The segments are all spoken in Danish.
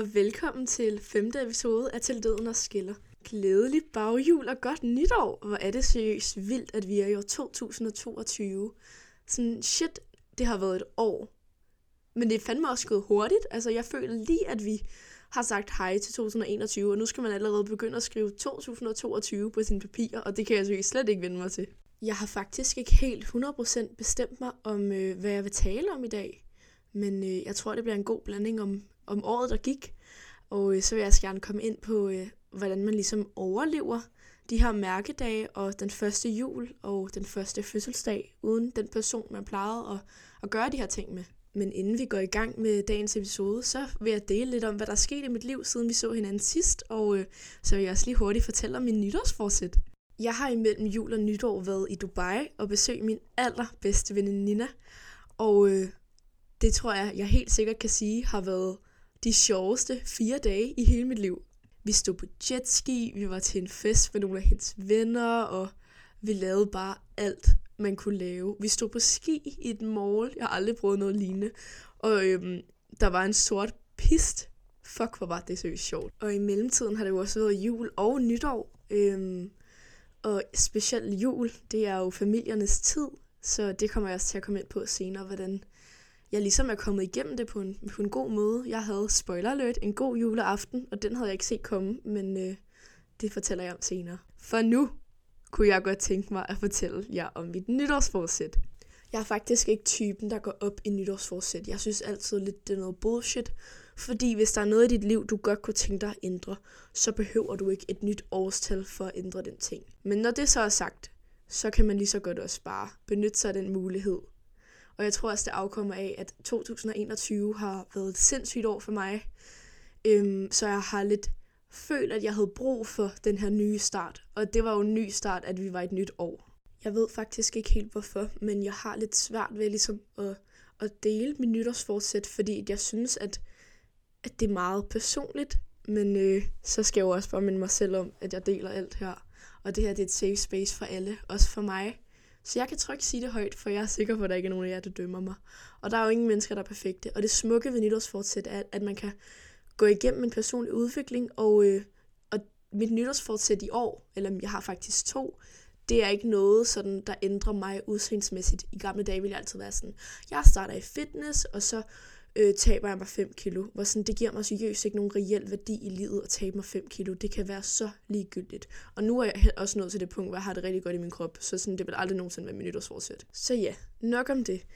og velkommen til 5. episode af Til Døden os skiller. Glædelig baghjul og godt nytår. Hvor er det seriøst vildt, at vi er i år 2022. Sådan shit, det har været et år. Men det er fandme også gået hurtigt. Altså jeg føler lige, at vi har sagt hej til 2021, og nu skal man allerede begynde at skrive 2022 på sine papirer, og det kan jeg seriøst slet ikke vende mig til. Jeg har faktisk ikke helt 100% bestemt mig om, hvad jeg vil tale om i dag. Men jeg tror, det bliver en god blanding om året, der gik. Og så vil jeg også gerne komme ind på, hvordan man ligesom overlever de her mærkedage og den første jul og den første fødselsdag, uden den person, man plejede at gøre de her ting med. Men inden vi går i gang med dagens episode, så vil jeg dele lidt om, hvad der er sket i mit liv, siden vi så hinanden sidst. Og så vil jeg også lige hurtigt fortælle om min nytårsforsæt. Jeg har imellem jul og nytår været i Dubai og besøgt min allerbedste veninde Nina. Og det tror jeg helt sikkert kan sige, har været de sjoveste 4 dage i hele mit liv. Vi stod på jetski, vi var til en fest med nogle af hendes venner, og vi lavede bare alt, man kunne lave. Vi stod på ski i et mall, jeg har aldrig prøvet noget lignende, og der var en sort pist. Fuck, hvor var det seriøst sjovt. Og i mellemtiden har det jo også været jul og nytår, og specielt jul, det er jo familiernes tid, så det kommer jeg også til at komme ind på senere, hvordan jeg ligesom er kommet igennem det på en god måde. Jeg havde, spoiler alert, en god juleaften, og den havde jeg ikke set komme, men det fortæller jeg om senere. For nu kunne jeg godt tænke mig at fortælle jer om mit nytårsforsæt. Jeg er faktisk ikke typen, der går op i nytårsforsæt. Jeg synes altid lidt, det er noget bullshit. Fordi hvis der er noget i dit liv, du godt kunne tænke dig at ændre, så behøver du ikke et nyt årstal for at ændre den ting. Men når det så er sagt, så kan man lige så godt også bare benytte sig af den mulighed. Og jeg tror også, det afkommer af, at 2021 har været et sindssygt år for mig. Så jeg har lidt følt, at jeg havde brug for den her nye start. Og det var jo en ny start, at vi var et nyt år. Jeg ved faktisk ikke helt hvorfor, men jeg har lidt svært ved ligesom at dele mit nytårsforsæt, fordi jeg synes, at det er meget personligt. Men så skal jeg jo også bare minde mig selv om, at jeg deler alt her. Og det her, det er et safe space for alle, også for mig. Så jeg kan trygt sige det højt, for jeg er sikker på, at der ikke er nogen af jer, der dømmer mig. Og der er jo ingen mennesker, der er perfekte. Og det smukke ved nytårsforsæt er, at man kan gå igennem en personlig udvikling. Og mit nytårsforsæt i år, eller jeg har faktisk 2, det er ikke noget, sådan, der ændrer mig udseendsmæssigt. I gamle dage ville jeg altid være sådan, jeg starter i fitness, og så taber jeg mig 5 kilo. Hvor sådan, det giver mig seriøst ikke nogen reel værdi i livet at tabe mig 5 kilo. Det kan være så ligegyldigt. Og nu er jeg også nået til det punkt, hvor jeg har det rigtig godt i min krop. Så sådan, det vil aldrig nogensinde være min nytårsforsæt. Så ja, nok om det.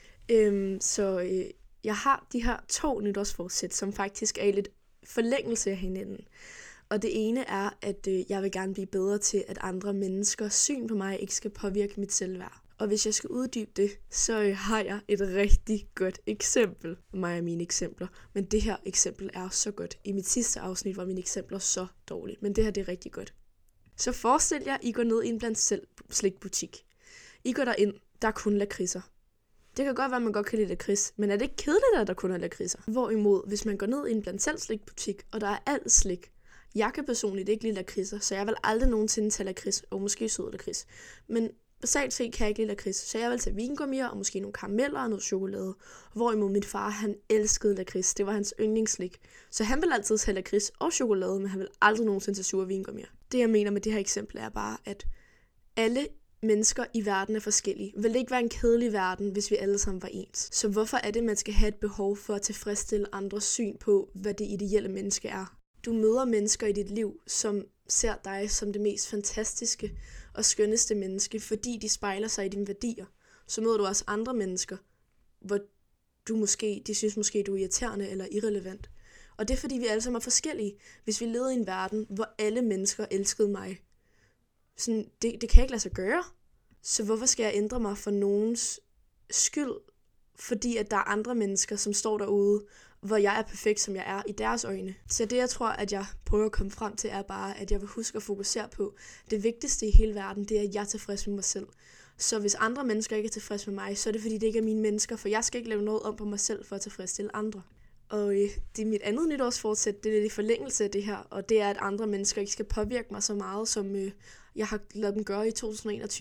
Jeg har de her 2 nytårsforsæt, som faktisk er i lidt forlængelse af hinanden. Og det ene er, at jeg vil gerne blive bedre til, at andre menneskers syn på mig ikke skal påvirke mit selvværd. Og hvis jeg skal uddybe det, så har jeg et rigtig godt eksempel. Mig og mine eksempler. Men det her eksempel er så godt. I mit sidste afsnit var mine eksempler så dårlige. Men det her, det er rigtig godt. Så forestil jer, I går ned i en blandt selv slikbutik. I går derind, der er kun lakridser. Det kan godt være, at man godt kan lide lakrids, men er det ikke kedeligt, at der kun er lakridser? Hvorimod, hvis man går ned i en blandt selv slikbutik, og der er alt slik. Jeg kan personligt ikke lide lakridser, så jeg vil aldrig nogensinde tage lakrids, og måske sød lakrids. Men basalt set kan jeg ikke lide lakrids, så jeg vil tage vingummier og måske nogle karameller og noget chokolade. Hvorimod min far, han elskede lakrids. Det var hans yndlingsslik. Så han vil altid tage lakrids og chokolade, men han vil aldrig nogensinde tage sure vingummier. Det jeg mener med det her eksempel er bare, at alle mennesker i verden er forskellige. Vil det ikke være en kedelig verden, hvis vi alle sammen var ens? Så hvorfor er det, man skal have et behov for at tilfredsstille andres syn på, hvad det ideelle menneske er? Du møder mennesker i dit liv, som ser dig som det mest fantastiske og skønneste menneske, fordi de spejler sig i dine værdier. Så møder du også andre mennesker, hvor de synes måske, du er irriterende eller irrelevant. Og det er, fordi vi alle sammen er forskellige. Hvis vi levede i en verden, hvor alle mennesker elskede mig, sådan, det kan jeg ikke lade sig gøre. Så hvorfor skal jeg ændre mig for nogens skyld? Fordi at der er andre mennesker, som står derude, hvor jeg er perfekt, som jeg er i deres øjne. Så det, jeg tror, at jeg prøver at komme frem til, er bare, at jeg vil huske at fokusere på det vigtigste i hele verden, det er, at jeg er tilfreds med mig selv. Så hvis andre mennesker ikke er tilfreds med mig, så er det, fordi det ikke er mine mennesker, for jeg skal ikke lave noget om på mig selv for at tilfredsstille andre. Og det er mit andet nytårsforsæt, det er lidt i forlængelse af det her, og det er, at andre mennesker ikke skal påvirke mig så meget, som jeg har ladet dem gøre i 2021.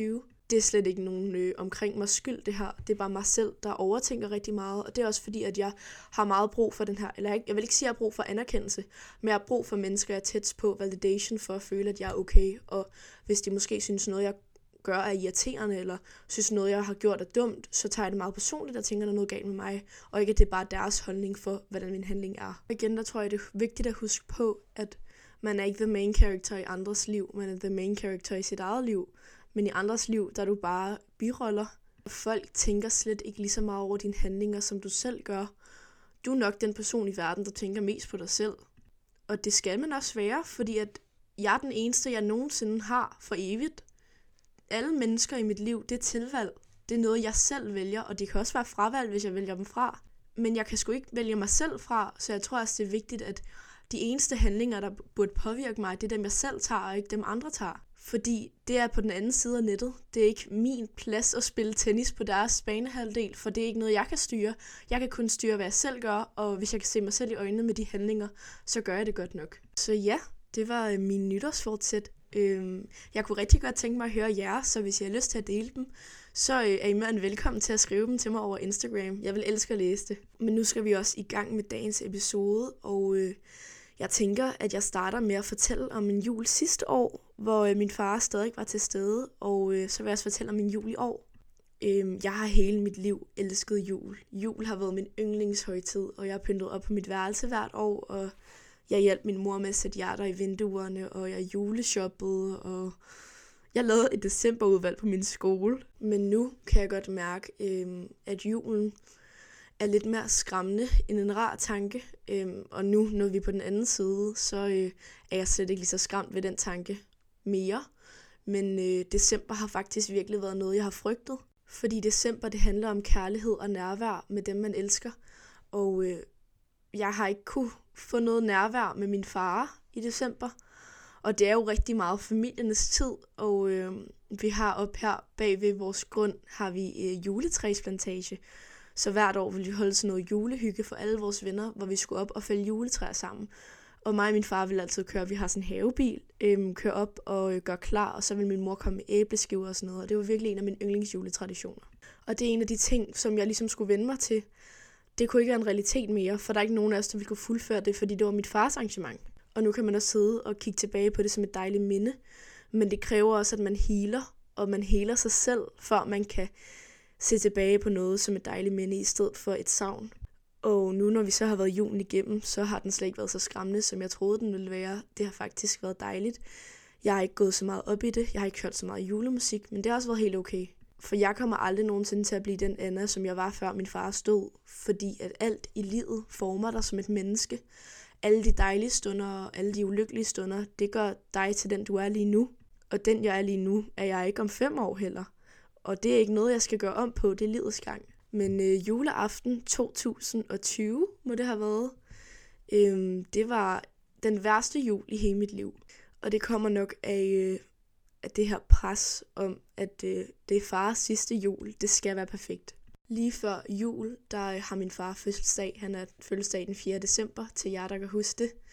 det er slet ikke nogen omkring mig skyld, det her. Det er bare mig selv, der overtænker rigtig meget. Og det er også fordi, at jeg har meget brug for den her, eller jeg vil ikke sige, at jeg har brug for anerkendelse, men jeg har brug for mennesker, jeg er tæt på, validation for at føle, at jeg er okay. Og hvis de måske synes noget, jeg gør er irriterende, eller synes noget, jeg har gjort er dumt, så tager jeg det meget personligt og tænker, der er noget galt med mig, og ikke at det er bare deres holdning for, hvordan min handling er. Og igen, der tror jeg, det er vigtigt at huske på, at man er ikke the main character i andres liv, man er the main character i sit eget liv, men i andres liv, der er du bare biroller. Folk tænker slet ikke lige så meget over dine handlinger, som du selv gør. Du er nok den person i verden, der tænker mest på dig selv. Og det skal man også være, fordi at jeg er den eneste, jeg nogensinde har for evigt. Alle mennesker i mit liv, det er tilvalg. Det er noget, jeg selv vælger, og det kan også være fravalg, hvis jeg vælger dem fra. Men jeg kan sgu ikke vælge mig selv fra, så jeg tror også, det er vigtigt, at de eneste handlinger, der burde påvirke mig, det er dem, jeg selv tager, og ikke dem andre tager. Fordi det er på den anden side af nettet. Det er ikke min plads at spille tennis på deres banehalvdel, for det er ikke noget, jeg kan styre. Jeg kan kun styre, hvad jeg selv gør, og hvis jeg kan se mig selv i øjnene med de handlinger, så gør jeg det godt nok. Så ja, det var min nytårsfortsæt. Jeg kunne rigtig godt tænke mig at høre jer, så hvis I har lyst til at dele dem, så er I mere end velkommen til at skrive dem til mig over Instagram. Jeg vil elske at læse det. Men nu skal vi også i gang med dagens episode, og jeg tænker, at jeg starter med at fortælle om min jul sidste år, hvor min far stadig var til stede, og så vil jeg også fortælle om min jul i år. Jeg har hele mit liv elsket jul. Jul har været min yndlingshøjtid, og jeg har pyntet op på mit værelse hvert år, og jeg hjalp min mor med at sætte hjerter i vinduerne, og jeg juleshoppede, og jeg lavede et decemberudvalg på min skole. Men nu kan jeg godt mærke, at julen er lidt mere skræmmende end en rar tanke. Og nu, når vi er på den anden side, så er jeg slet ikke lige så skræmt ved den tanke mere. Men december har faktisk virkelig været noget, jeg har frygtet. Fordi december, det handler om kærlighed og nærvær med dem, man elsker. Og jeg har ikke kunne få noget nærvær med min far i december. Og det er jo rigtig meget familiernes tid, og vi har op her bag ved vores grund, har vi juletræsplantage. Så hvert år vil vi holde sådan noget julehygge for alle vores venner, hvor vi skulle op og fælde juletræer sammen. Og mig og min far vil altid køre, vi har sådan en havebil, køre op og gøre klar, og så vil min mor komme med æbleskiver og sådan noget. Og det var virkelig en af mine yndlingsjuletraditioner. Og det er en af de ting, som jeg ligesom skulle vende mig til. Det kunne ikke være en realitet mere, for der er ikke nogen af os, der ville kunne fuldføre det, fordi det var mit fars arrangement. Og nu kan man også sidde og kigge tilbage på det som et dejligt minde. Men det kræver også, at man healer, og man healer sig selv, før man kan se tilbage på noget som et dejligt minde, i stedet for et savn. Og nu, når vi så har været julen igennem, så har den slet ikke været så skræmmende, som jeg troede, den ville være. Det har faktisk været dejligt. Jeg har ikke gået så meget op i det. Jeg har ikke hørt så meget julemusik, men det har også været helt okay. For jeg kommer aldrig nogensinde til at blive den Anna, som jeg var før min far stod. Fordi at alt i livet former dig som et menneske. Alle de dejlige stunder og alle de ulykkelige stunder, det gør dig til den, du er lige nu. Og den, jeg er lige nu, er jeg ikke om 5 år heller. Og det er ikke noget, jeg skal gøre om på, det er livets gang. Men juleaften 2020 må det have været. Det var den værste jul i hele mit liv. Og det kommer nok af det her pres om, at det er fars sidste jul. Det skal være perfekt. Lige før jul, der har min far fødselsdag. Han er fødselsdag den 4. december, til jer, der kan huske det.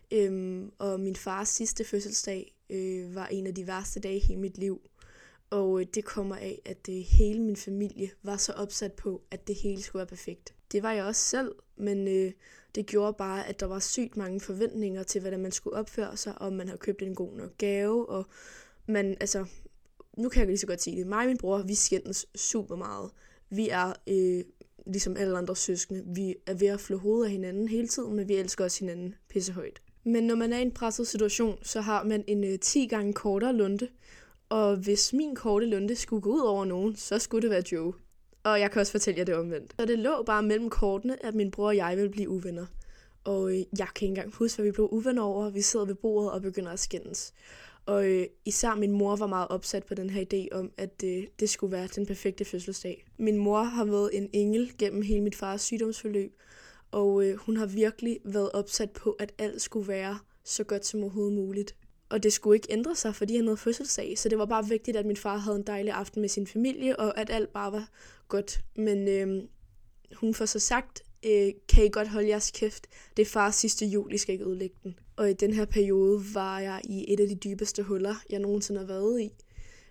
Og min fars sidste fødselsdag var en af de værste dage i hele mit liv. Og det kommer af, at hele min familie var så opsat på, at det hele skulle være perfekt. Det var jeg også selv, men det gjorde bare, at der var sygt mange forventninger til, hvordan man skulle opføre sig, og man havde købt en god nok gave, og man, altså, nu kan jeg lige så godt sige det. Mig og min bror, vi skændes super meget. Vi er, ligesom alle andre søskende, vi er ved at flå hovedet af hinanden hele tiden, men vi elsker også hinanden pissehøjt. Men når man er i en presset situation, så har man en 10 gange kortere lunte, og hvis min korte lunte skulle gå ud over nogen, så skulle det være Joe. Og jeg kan også fortælle jer det omvendt. Så det lå bare mellem kortene, at min bror og jeg ville blive uvenner. Og jeg kan ikke engang huske, hvad vi blev uvenner over. Vi sidder ved bordet og begynder at skændes. Og især min mor var meget opsat på den her idé om, at det skulle være den perfekte fødselsdag. Min mor har været en engel gennem hele mit fars sygdomsforløb. Og hun har virkelig været opsat på, at alt skulle være så godt som overhovedet muligt. Og det skulle ikke ændre sig, fordi han havde fødselsdag. Så det var bare vigtigt, at min far havde en dejlig aften med sin familie, og at alt bare var godt. Men hun får så sagt, kan I godt holde jeres kæft? Det er fars sidste jul, I skal ikke ødelægge den. Og i den her periode var jeg i et af de dybeste huller, jeg nogensinde har været i.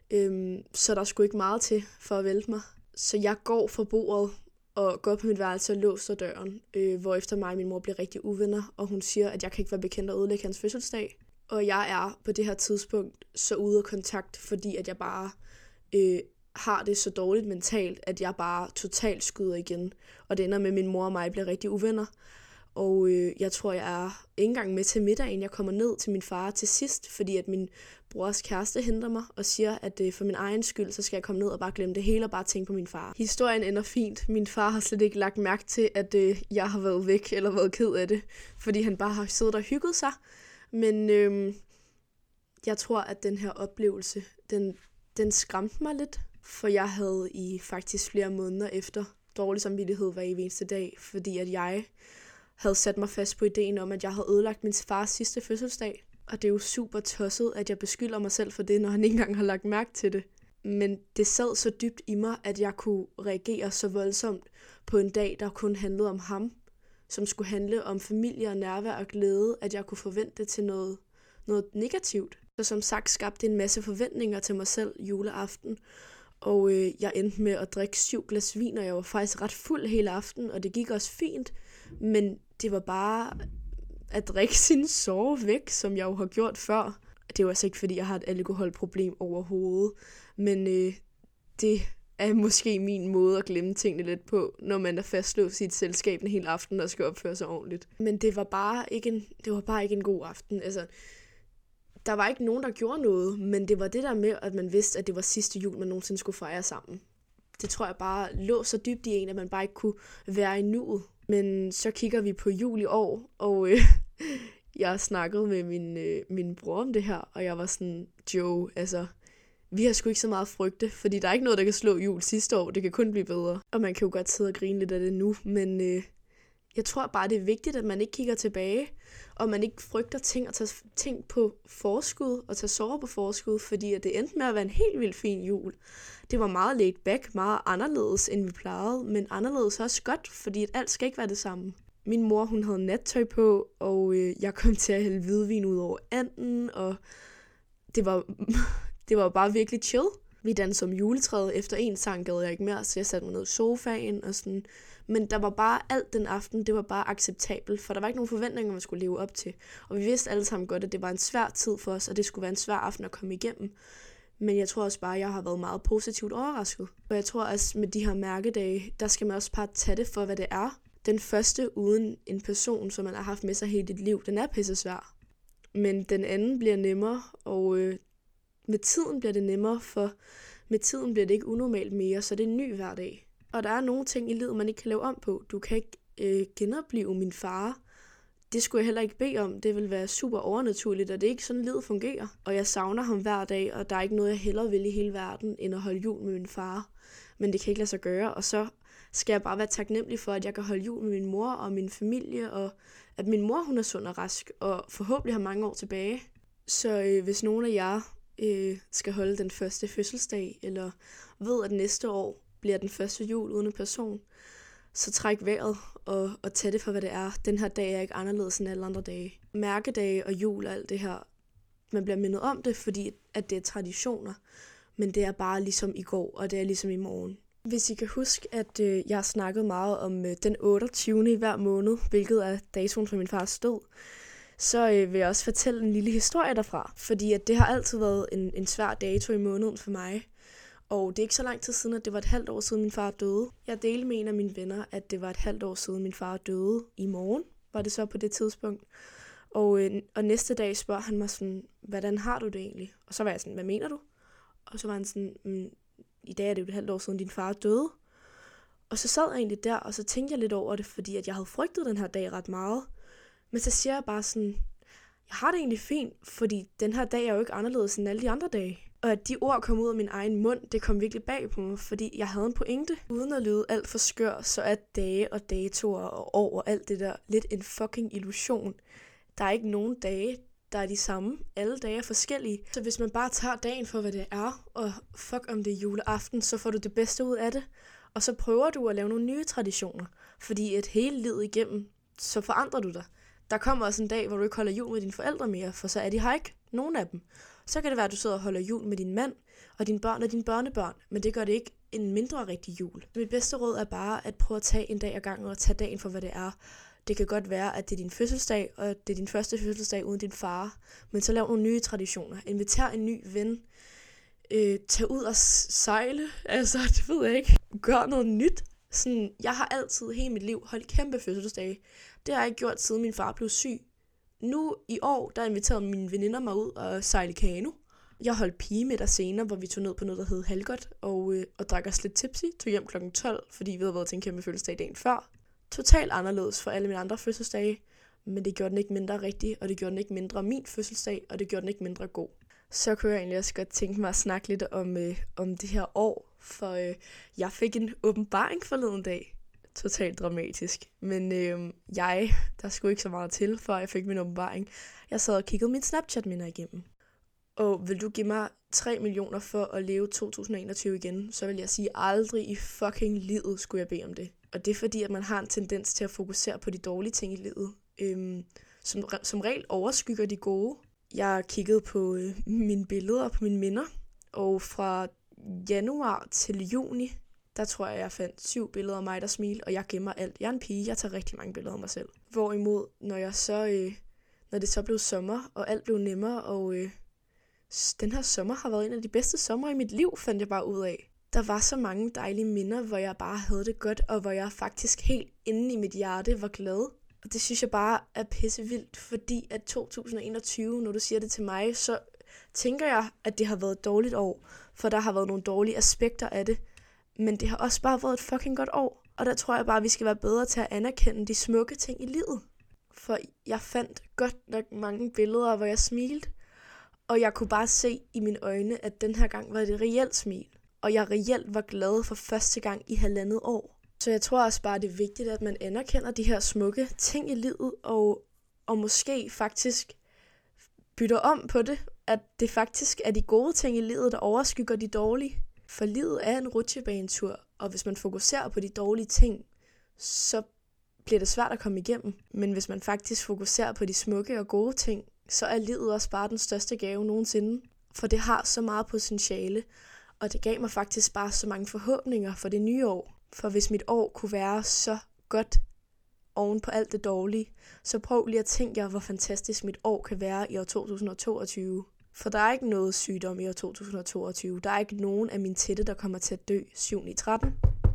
Så der skulle ikke meget til for at vælte mig. Så jeg går fra bordet og går på mit værelse og låser døren, hvorefter mig og min mor bliver rigtig uvenner, og hun siger, at jeg kan ikke være bekendt at ødelægge hans fødselsdag. Og jeg er på det her tidspunkt så ude af kontakt, fordi at jeg bare har det så dårligt mentalt, at jeg bare totalt skyder igen. Og det ender med, at min mor og mig bliver rigtig uvenner. Og jeg tror, jeg er ikke engang med til middagen. Jeg kommer ned til min far til sidst, fordi at min brors kæreste henter mig og siger, at for min egen skyld, så skal jeg komme ned og bare glemme det hele og bare tænke på min far. Historien ender fint. Min far har slet ikke lagt mærke til, at jeg har været væk eller været ked af det, fordi han bare har siddet og hygget sig. Men jeg tror, at den her oplevelse, den skræmte mig lidt, for jeg havde i faktisk flere måneder efter dårlig samvittighed hver eneste dag, fordi at jeg havde sat mig fast på ideen om, at jeg havde ødelagt min fars sidste fødselsdag. Og det er jo super tosset, at jeg beskylder mig selv for det, når han ikke engang har lagt mærke til det. Men det sad så dybt i mig, at jeg kunne reagere så voldsomt på en dag, der kun handlede om ham, som skulle handle om familie og nærvær og glæde, at jeg kunne forvente til noget negativt. Så som sagt skabte en masse forventninger til mig selv juleaften, og jeg endte med at drikke 7 glas vin, og jeg var faktisk ret fuld hele aften, og det gik også fint, men det var bare at drikke sin sorg væk, som jeg jo har gjort før. Det er jo altså ikke, fordi jeg har et alkoholproblem overhovedet, men det er måske min måde at glemme tingene lidt på, når man er fastlåst i et selskab en hel aften og skal opføre sig ordentligt. Men det var bare ikke en god aften. Altså, der var ikke nogen, der gjorde noget, men det var det der med, at man vidste, at det var sidste jul, man nogensinde skulle fejre sammen. Det tror jeg bare lå så dybt i en, at man bare ikke kunne være i nuet. Men så kigger vi på jul i år, og jeg snakkede med min bror om det her, og jeg var sådan, Joe, altså, vi har sgu ikke så meget frygte, fordi der er ikke noget, der kan slå jul sidste år. Det kan kun blive bedre. Og man kan jo godt sidde og grine lidt af det nu, men jeg tror bare, det er vigtigt, at man ikke kigger tilbage, og man ikke frygter ting og tager ting på forskud og tager sorger på forskud, fordi at det endte med at være en helt vildt fin jul. Det var meget laid back, meget anderledes, end vi plejede, men anderledes også godt, fordi at alt skal ikke være det samme. Min mor, hun havde nattøj på, og jeg kom til at hælde hvidvin ud over anden, og det var bare virkelig chill. Vi dansede om juletræet. Efter en sang gad jeg ikke mere, så jeg satte mig ned i sofaen og sådan. Men der var bare alt den aften, det var bare acceptabelt, for der var ikke nogen forventninger, man skulle leve op til. Og vi vidste alle sammen godt, at det var en svær tid for os, og det skulle være en svær aften at komme igennem. Men jeg tror også bare, at jeg har været meget positivt overrasket. Og jeg tror også, med de her mærkedage, der skal man også bare tage det for, hvad det er. Den første uden en person, som man har haft med sig hele dit liv, den er pisse svær. Men den anden bliver nemmere, og med tiden bliver det nemmere, for med tiden bliver det ikke unormalt mere, så det er en ny hverdag. Og der er nogle ting i livet, man ikke kan lave om på. Du kan ikke genopleve min far. Det skulle jeg heller ikke bede om. Det vil være super overnaturligt, og det er ikke sådan, livet fungerer. Og jeg savner ham hver dag, og der er ikke noget, jeg hellere vil i hele verden, end at holde jul med min far. Men det kan ikke lade sig gøre, og så skal jeg bare være taknemmelig for, at jeg kan holde jul med min mor og min familie, og at min mor, hun er sund og rask, og forhåbentlig har mange år tilbage. Så hvis nogen af jer skal holde den første fødselsdag, eller ved, at næste år bliver den første jul uden en person, så træk vejret og tag det for, hvad det er. Den her dag er ikke anderledes end alle andre dage. Mærkedage og jul og alt det her, man bliver mindet om det, fordi at det er traditioner, men det er bare ligesom i går, og det er ligesom i morgen. Hvis I kan huske, at jeg har snakket meget om den 28. i hver måned, hvilket er datoen for min fars død, så vil jeg også fortælle en lille historie derfra, fordi at det har altid været en svær dato i måneden for mig. Og det er ikke så lang tid siden, at det var et halvt år siden min far døde. Jeg delte med en af mine venner, at det var et halvt år siden min far døde. I morgen var det så på det tidspunkt. Og næste dag spørger han mig sådan, hvordan har du det egentlig? Og så var jeg sådan, hvad mener du? Og så var han sådan, i dag er det jo et halvt år siden din far døde. Og så sad jeg egentlig der, og så tænkte jeg lidt over det, fordi at jeg havde frygtet den her dag ret meget. Men så siger jeg bare sådan, jeg har det egentlig fint, fordi den her dag er jo ikke anderledes end alle de andre dage. Og at de ord kom ud af min egen mund, det kom virkelig bag på mig, fordi jeg havde en pointe. Uden at lyde alt for skør, så er dage og datoer og år og alt det der lidt en fucking illusion. Der er ikke nogen dage, der er de samme. Alle dage er forskellige. Så hvis man bare tager dagen for, hvad det er, og fuck om det er juleaften, så får du det bedste ud af det. Og så prøver du at lave nogle nye traditioner. Fordi et hele livet igennem, så forandrer du dig. Der kommer også en dag, hvor du ikke holder jul med dine forældre mere, for så er de her ikke nogen af dem. Så kan det være, at du sidder og holder jul med din mand og dine børn og dine børnebørn, men det gør det ikke en mindre rigtig jul. Mit bedste råd er bare at prøve at tage en dag ad gangen og tage dagen for, hvad det er. Det kan godt være, at det er din fødselsdag, og det er din første fødselsdag uden din far, men så lav nogle nye traditioner. Inviter en ny ven. Tag ud og sejle. Altså, det ved jeg ikke. Gør noget nyt. Sådan, jeg har altid hele mit liv holdt kæmpe fødselsdage. Det har jeg ikke gjort, siden min far blev syg. Nu i år, der inviterede mine veninder mig ud og sejle kano. Jeg holdt pigemiddag senere, hvor vi tog ned på noget, der hed Halgot, og drak os lidt tipsy. Tog hjem kl. 12, fordi vi havde været til en kæmpe fødselsdag dagen før. Totalt anderledes for alle mine andre fødselsdage, men det gjorde den ikke mindre rigtig, og det gjorde den ikke mindre min fødselsdag, og det gjorde den ikke mindre god. Så kunne jeg egentlig også godt tænke mig at snakke lidt om det her år, for jeg fik en åbenbaring forleden dag. Totalt dramatisk, men der skulle ikke så meget til, før jeg fik min åbenbaring. Jeg sad og kiggede min Snapchat-minder igennem. Og vil du give mig 3 millioner for at leve 2021 igen, så vil jeg sige, aldrig i fucking livet skulle jeg bede om det. Og det er fordi, at man har en tendens til at fokusere på de dårlige ting i livet, som regel overskygger de gode. Jeg kiggede på mine billeder på mine minder, og fra januar til juni, der tror jeg fandt 7 billeder af mig, der smiler, og jeg gemmer alt. Jeg er en pige, jeg tager rigtig mange billeder af mig selv. Hvorimod, når det så blev sommer, og alt blev nemmere, og den her sommer har været en af de bedste sommer i mit liv, fandt jeg bare ud af. Der var så mange dejlige minder, hvor jeg bare havde det godt, og hvor jeg faktisk helt inde i mit hjerte var glad. Og det synes jeg bare er pissevildt, fordi at 2021, når du siger det til mig, så tænker jeg, at det har været et dårligt år, for der har været nogle dårlige aspekter af det. Men det har også bare været et fucking godt år. Og der tror jeg bare, at vi skal være bedre til at anerkende de smukke ting i livet. For jeg fandt godt nok mange billeder, hvor jeg smilte, og jeg kunne bare se i mine øjne, at den her gang var det et reelt smil. Og jeg reelt var glad for første gang i 1,5 år. Så jeg tror også bare, det er vigtigt, at man anerkender de her smukke ting i livet, og måske faktisk bytter om på det, at det faktisk er de gode ting i livet, der overskygger de dårlige. For livet er en rutsjebanetur, og hvis man fokuserer på de dårlige ting, så bliver det svært at komme igennem. Men hvis man faktisk fokuserer på de smukke og gode ting, så er livet også bare den største gave nogensinde. For det har så meget potentiale, og det gav mig faktisk bare så mange forhåbninger for det nye år. For hvis mit år kunne være så godt oven på alt det dårlige, så prøv lige at tænke jer, hvor fantastisk mit år kan være i år 2022. For der er ikke noget sygdom i år 2022. Der er ikke nogen af mine tætte, der kommer til at dø 7/13.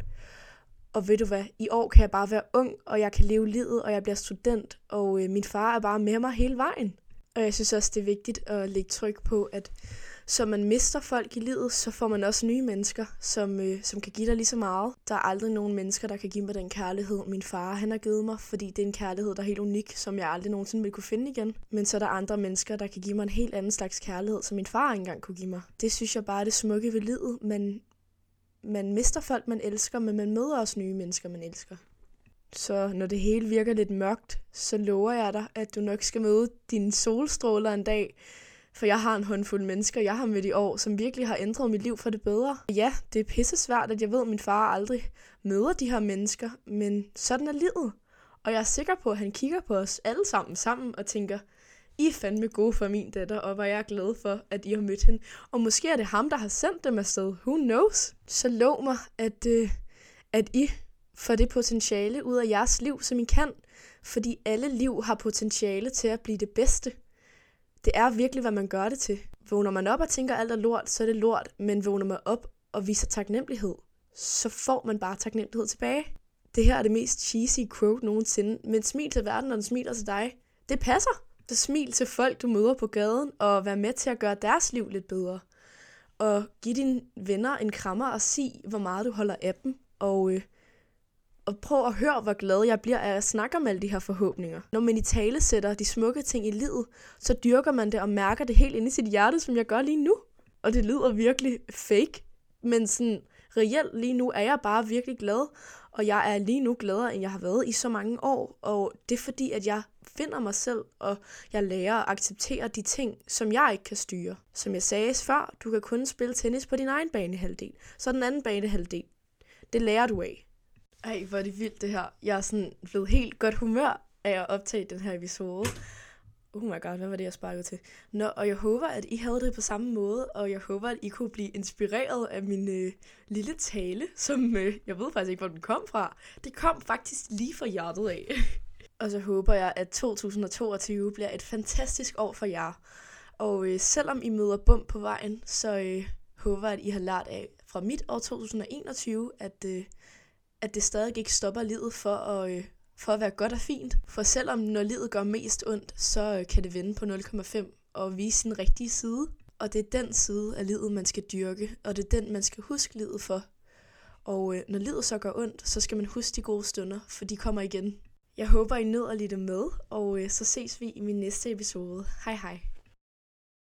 Og ved du hvad, i år kan jeg bare være ung, og jeg kan leve livet, og jeg bliver student, og min far er bare med mig hele vejen. Og jeg synes også, det er vigtigt at lægge tryk på, at så man mister folk i livet, så får man også nye mennesker, som kan give dig lige så meget. Der er aldrig nogen mennesker, der kan give mig den kærlighed, min far han har givet mig, fordi det er en kærlighed, der er helt unik, som jeg aldrig nogensinde vil kunne finde igen. Men så er der andre mennesker, der kan give mig en helt anden slags kærlighed, som min far ikke engang kunne give mig. Det synes jeg bare er det smukke ved livet. Man mister folk, man elsker, men man møder også nye mennesker, man elsker. Så når det hele virker lidt mørkt, så lover jeg dig, at du nok skal møde dine solstråler en dag. For jeg har en håndfuld mennesker, jeg har mødt i år, som virkelig har ændret mit liv for det bedre. Ja, det er pisse svært, at jeg ved, at min far aldrig møder de her mennesker, men sådan er livet. Og jeg er sikker på, at han kigger på os alle sammen og tænker, I er fandme gode for min datter, og hvor jeg er glad for, at I har mødt hende. Og måske er det ham, der har sendt dem afsted. Who knows? Så lov mig, at I får det potentiale ud af jeres liv, som I kan. Fordi alle liv har potentiale til at blive det bedste. Det er virkelig, hvad man gør det til. Vågner man op og tænker, alt er lort, så er det lort. Men vågner man op og viser taknemmelighed, så får man bare taknemmelighed tilbage. Det her er det mest cheesy quote nogensinde. Men smil til verden, når den smiler til dig. Det passer. Så smil til folk, du møder på gaden, og vær med til at gøre deres liv lidt bedre. Og giv dine venner en krammer og sig, hvor meget du holder af dem. Og prøv at høre, hvor glad jeg bliver af at snakke om alle de her forhåbninger. Når man i tale sætter de smukke ting i livet, så dyrker man det og mærker det helt inde i sit hjerte, som jeg gør lige nu. Og det lyder virkelig fake, men sådan reelt lige nu er jeg bare virkelig glad. Og jeg er lige nu gladere, end jeg har været i så mange år. Og det er fordi, at jeg finder mig selv, og jeg lærer at acceptere de ting, som jeg ikke kan styre. Som jeg sagde før, du kan kun spille tennis på din egen banehalvdel. Så den anden banehalvdel, det lærer du af. Ej, hvor er det vildt det her. Jeg er sådan blevet helt godt humør af at optage den her episode. Oh my god, hvad var det, jeg sparkede til? Nå, og jeg håber, at I havde det på samme måde, og jeg håber, at I kunne blive inspireret af min lille tale, som jeg ved faktisk ikke, hvor den kom fra. Det kom faktisk lige fra hjertet af. Og så håber jeg, at 2022 bliver et fantastisk år for jer. Og selvom I møder bump på vejen, så håber jeg, at I har lært af fra mit år 2021, at det stadig ikke stopper livet for at være godt og fint. For selvom når livet gør mest ondt, så kan det vende på 0,5 og vise sin rigtige side. Og det er den side af livet, man skal dyrke, og det er den, man skal huske livet for. Og når livet så gør ondt, så skal man huske de gode stunder, for de kommer igen. Jeg håber, I nød at lytte med, og så ses vi i min næste episode. Hej hej.